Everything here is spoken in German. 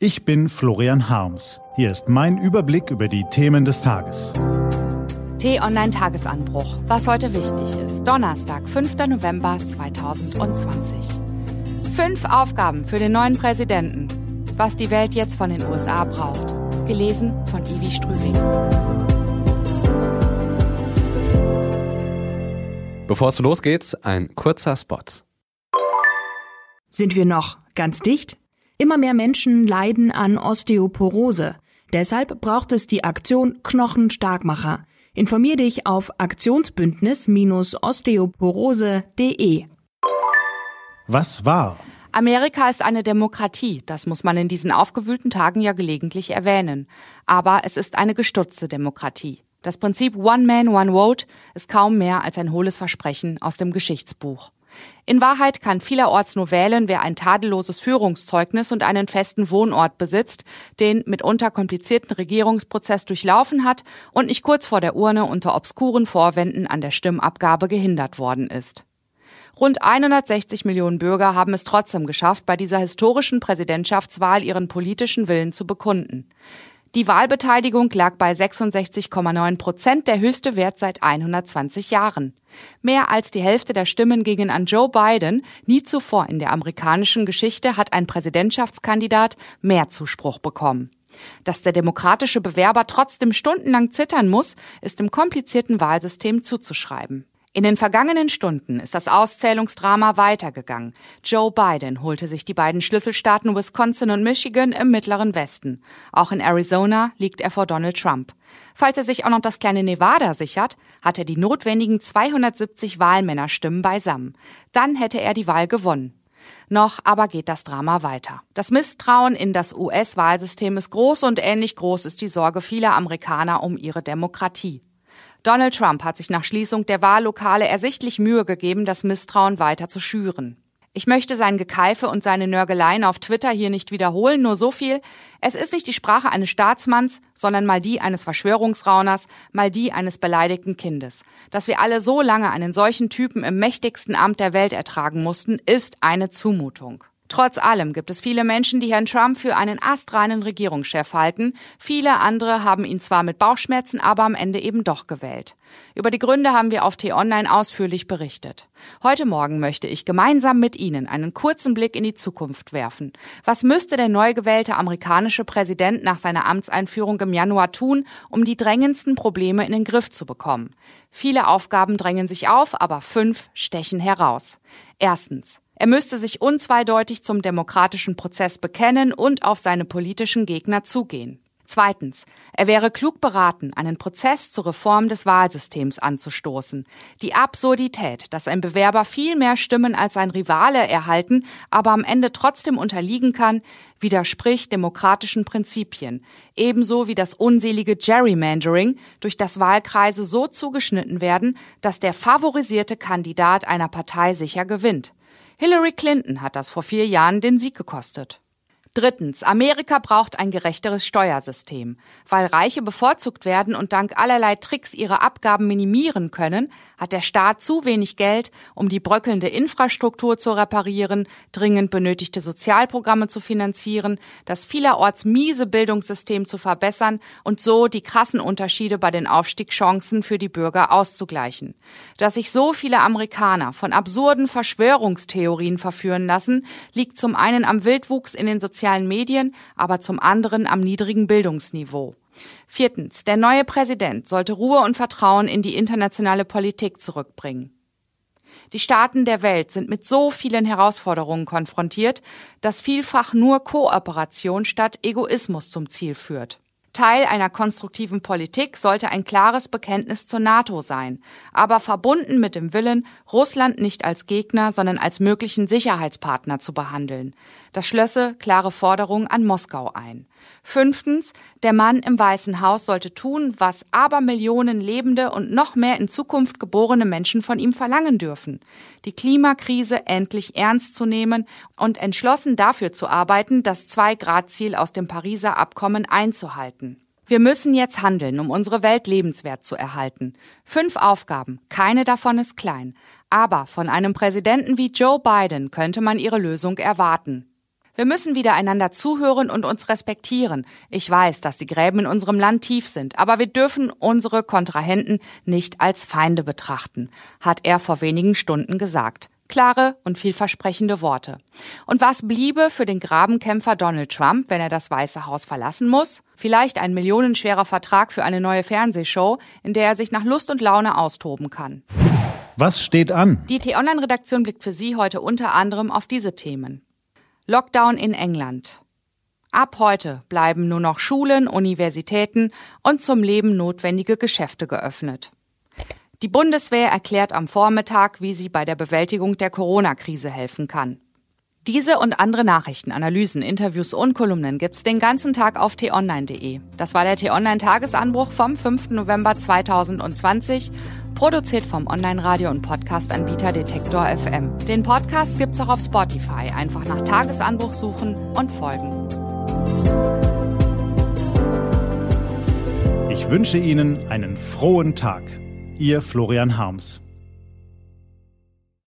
Ich bin Florian Harms. Hier ist mein Überblick über die Themen des Tages. T-Online-Tagesanbruch. Was heute wichtig ist. Donnerstag, 5. November 2020. 5 Aufgaben für den neuen Präsidenten. Was die Welt jetzt von den USA braucht. Gelesen von Ivi Strübing. Bevor es losgeht, ein kurzer Spot. Sind wir noch ganz dicht? Immer mehr Menschen leiden an Osteoporose. Deshalb braucht es die Aktion Knochenstarkmacher. Informier dich auf aktionsbündnis-osteoporose.de. Was war? Amerika ist eine Demokratie, das muss man in diesen aufgewühlten Tagen ja gelegentlich erwähnen. Aber es ist eine gestutzte Demokratie. Das Prinzip One Man, One Vote ist kaum mehr als ein hohles Versprechen aus dem Geschichtsbuch. In Wahrheit kann vielerorts nur wählen, wer ein tadelloses Führungszeugnis und einen festen Wohnort besitzt, den mitunter komplizierten Regierungsprozess durchlaufen hat und nicht kurz vor der Urne unter obskuren Vorwänden an der Stimmabgabe gehindert worden ist. Rund 160 Millionen Bürger haben es trotzdem geschafft, bei dieser historischen Präsidentschaftswahl ihren politischen Willen zu bekunden. Die Wahlbeteiligung lag bei 66,9%, der höchste Wert seit 120 Jahren. Mehr als die Hälfte der Stimmen gingen an Joe Biden. Nie zuvor in der amerikanischen Geschichte hat ein Präsidentschaftskandidat mehr Zuspruch bekommen. Dass der demokratische Bewerber trotzdem stundenlang zittern muss, ist dem komplizierten Wahlsystem zuzuschreiben. In den vergangenen Stunden ist das Auszählungsdrama weitergegangen. Joe Biden holte sich die beiden Schlüsselstaaten Wisconsin und Michigan im mittleren Westen. Auch in Arizona liegt er vor Donald Trump. Falls er sich auch noch das kleine Nevada sichert, hat er die notwendigen 270 Wahlmännerstimmen beisammen. Dann hätte er die Wahl gewonnen. Noch aber geht das Drama weiter. Das Misstrauen in das US-Wahlsystem ist groß und ähnlich groß ist die Sorge vieler Amerikaner um ihre Demokratie. Donald Trump hat sich nach Schließung der Wahllokale ersichtlich Mühe gegeben, das Misstrauen weiter zu schüren. Ich möchte sein Gekeife und seine Nörgeleien auf Twitter hier nicht wiederholen, nur so viel. Es ist nicht die Sprache eines Staatsmanns, sondern mal die eines Verschwörungsrauners, mal die eines beleidigten Kindes. Dass wir alle so lange einen solchen Typen im mächtigsten Amt der Welt ertragen mussten, ist eine Zumutung. Trotz allem gibt es viele Menschen, die Herrn Trump für einen astreinen Regierungschef halten. Viele andere haben ihn zwar mit Bauchschmerzen, aber am Ende eben doch gewählt. Über die Gründe haben wir auf T-Online ausführlich berichtet. Heute Morgen möchte ich gemeinsam mit Ihnen einen kurzen Blick in die Zukunft werfen. Was müsste der neu gewählte amerikanische Präsident nach seiner Amtseinführung im Januar tun, um die drängendsten Probleme in den Griff zu bekommen? Viele Aufgaben drängen sich auf, aber 5 stechen heraus. Erstens. Er müsste sich unzweideutig zum demokratischen Prozess bekennen und auf seine politischen Gegner zugehen. Zweitens. Er wäre klug beraten, einen Prozess zur Reform des Wahlsystems anzustoßen. Die Absurdität, dass ein Bewerber viel mehr Stimmen als sein Rivale erhalten, aber am Ende trotzdem unterliegen kann, widerspricht demokratischen Prinzipien. Ebenso wie das unselige Gerrymandering, durch das Wahlkreise so zugeschnitten werden, dass der favorisierte Kandidat einer Partei sicher gewinnt. Hillary Clinton hat das vor 4 Jahren den Sieg gekostet. Drittens. Amerika braucht ein gerechteres Steuersystem. Weil Reiche bevorzugt werden und dank allerlei Tricks ihre Abgaben minimieren können, hat der Staat zu wenig Geld, um die bröckelnde Infrastruktur zu reparieren, dringend benötigte Sozialprogramme zu finanzieren, das vielerorts miese Bildungssystem zu verbessern und so die krassen Unterschiede bei den Aufstiegschancen für die Bürger auszugleichen. Dass sich so viele Amerikaner von absurden Verschwörungstheorien verführen lassen, liegt zum einen am Wildwuchs in den sozialen Medien, aber zum anderen am niedrigen Bildungsniveau. Viertens. Der neue Präsident sollte Ruhe und Vertrauen in die internationale Politik zurückbringen. Die Staaten der Welt sind mit so vielen Herausforderungen konfrontiert, dass vielfach nur Kooperation statt Egoismus zum Ziel führt. Teil einer konstruktiven Politik sollte ein klares Bekenntnis zur NATO sein, aber verbunden mit dem Willen, Russland nicht als Gegner, sondern als möglichen Sicherheitspartner zu behandeln. Das schlösse klare Forderungen an Moskau ein. 5. Der Mann im Weißen Haus sollte tun, was Abermillionen lebende und noch mehr in Zukunft geborene Menschen von ihm verlangen dürfen. Die Klimakrise endlich ernst zu nehmen und entschlossen dafür zu arbeiten, das 2-Grad-Ziel aus dem Pariser Abkommen einzuhalten. Wir müssen jetzt handeln, um unsere Welt lebenswert zu erhalten. 5 Aufgaben, keine davon ist klein. Aber von einem Präsidenten wie Joe Biden könnte man ihre Lösung erwarten. Wir müssen wieder einander zuhören und uns respektieren. Ich weiß, dass die Gräben in unserem Land tief sind, aber wir dürfen unsere Kontrahenten nicht als Feinde betrachten, hat er vor wenigen Stunden gesagt. Klare und vielversprechende Worte. Und was bliebe für den Grabenkämpfer Donald Trump, wenn er das Weiße Haus verlassen muss? Vielleicht ein millionenschwerer Vertrag für eine neue Fernsehshow, in der er sich nach Lust und Laune austoben kann. Was steht an? Die T-Online-Redaktion blickt für Sie heute unter anderem auf diese Themen. Lockdown in England. Ab heute bleiben nur noch Schulen, Universitäten und zum Leben notwendige Geschäfte geöffnet. Die Bundeswehr erklärt am Vormittag, wie sie bei der Bewältigung der Corona-Krise helfen kann. Diese und andere Nachrichten, Analysen, Interviews und Kolumnen gibt's den ganzen Tag auf t-online.de. Das war der T-Online-Tagesanbruch vom 5. November 2020, produziert vom Online-Radio- und Podcast-Anbieter Detektor FM. Den Podcast gibt's auch auf Spotify. Einfach nach Tagesanbruch suchen und folgen. Ich wünsche Ihnen einen frohen Tag. Ihr Florian Harms.